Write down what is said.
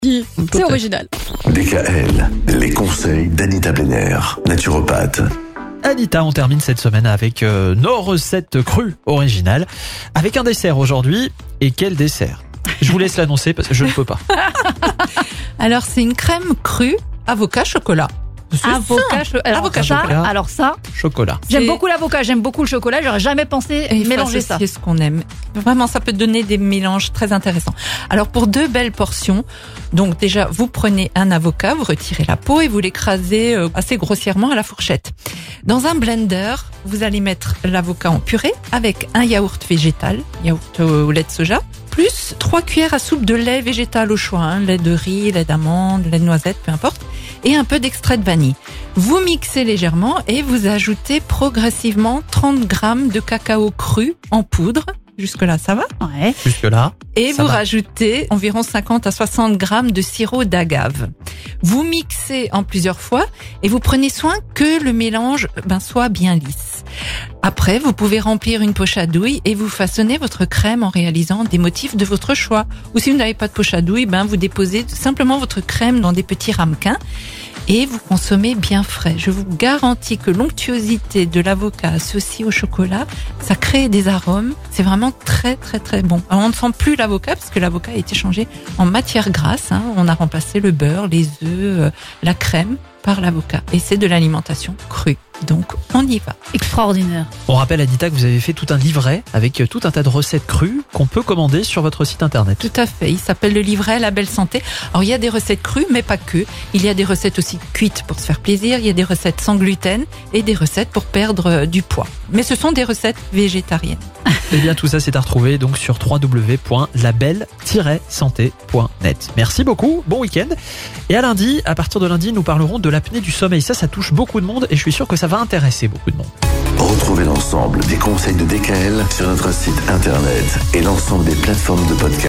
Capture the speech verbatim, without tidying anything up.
C'est original. D K L, les conseils d'Anita Benner, naturopathe. Anita, on termine cette semaine avec euh, nos recettes crues originales, avec un dessert aujourd'hui. Et quel dessert ? Je vous laisse l'annoncer parce que je ne peux pas. Alors, c'est une crème crue, avocat, chocolat. C'est Avocat, cho- alors, Avocat, ça, chocolat. alors ça, Chocolat. j'aime C'est- beaucoup l'avocat, j'aime beaucoup le chocolat, j'aurais jamais pensé Et il faut mélanger ça. associer ce qu'on aime. Vraiment, ça peut donner des mélanges très intéressants. Alors, pour deux belles portions, donc déjà, vous prenez un avocat, vous retirez la peau et vous l'écrasez euh, assez grossièrement à la fourchette. Dans un blender, vous allez mettre l'avocat en purée avec un yaourt végétal, yaourt au lait de soja, plus trois cuillères à soupe de lait végétal au choix, hein, lait de riz, lait d'amande, lait de noisette, peu importe, et un peu d'extrait de vanille. Vous mixez légèrement et vous ajoutez progressivement trente grammes de cacao cru en poudre. Jusque-là, ça va. Ouais. Jusque-là. Et Ça vous va. rajoutez environ cinquante à soixante grammes de sirop d'agave. Vous mixez en plusieurs fois et vous prenez soin que le mélange ben, soit bien lisse. Après, vous pouvez remplir une poche à douille et vous façonnez votre crème en réalisant des motifs de votre choix. Ou si vous n'avez pas de poche à douille, ben, vous déposez simplement votre crème dans des petits ramequins et vous consommez bien frais. Je vous garantis que l'onctuosité de l'avocat associée au chocolat, ça crée des arômes. C'est vraiment très très très bon. Alors on ne sent plus l'avocat parce que l'avocat a été changé en matière grasse. Hein. On a remplacé le beurre, les œufs, euh, la crème par l'avocat. Et c'est de l'alimentation crue. Donc on y va. Extraordinaire. On rappelle, Anita, que vous avez fait tout un livret avec euh, tout un tas de recettes crues qu'on peut commander sur votre site internet. Tout à fait. Il s'appelle le livret La Belle Santé. Alors il y a des recettes crues, mais pas que. Il y a des recettes aussi cuites pour se faire plaisir. Il y a des recettes sans gluten et des recettes pour perdre euh, du poids. Mais ce sont des recettes végétariennes. Eh bien, tout ça, c'est à retrouver donc sur w w w point label tiret santé point net. Merci beaucoup, bon week-end. Et à lundi, à partir de lundi, nous parlerons de l'apnée du sommeil. Ça, ça touche beaucoup de monde et je suis sûr que ça va intéresser beaucoup de monde. Retrouvez l'ensemble des conseils de D K L sur notre site internet et l'ensemble des plateformes de podcast.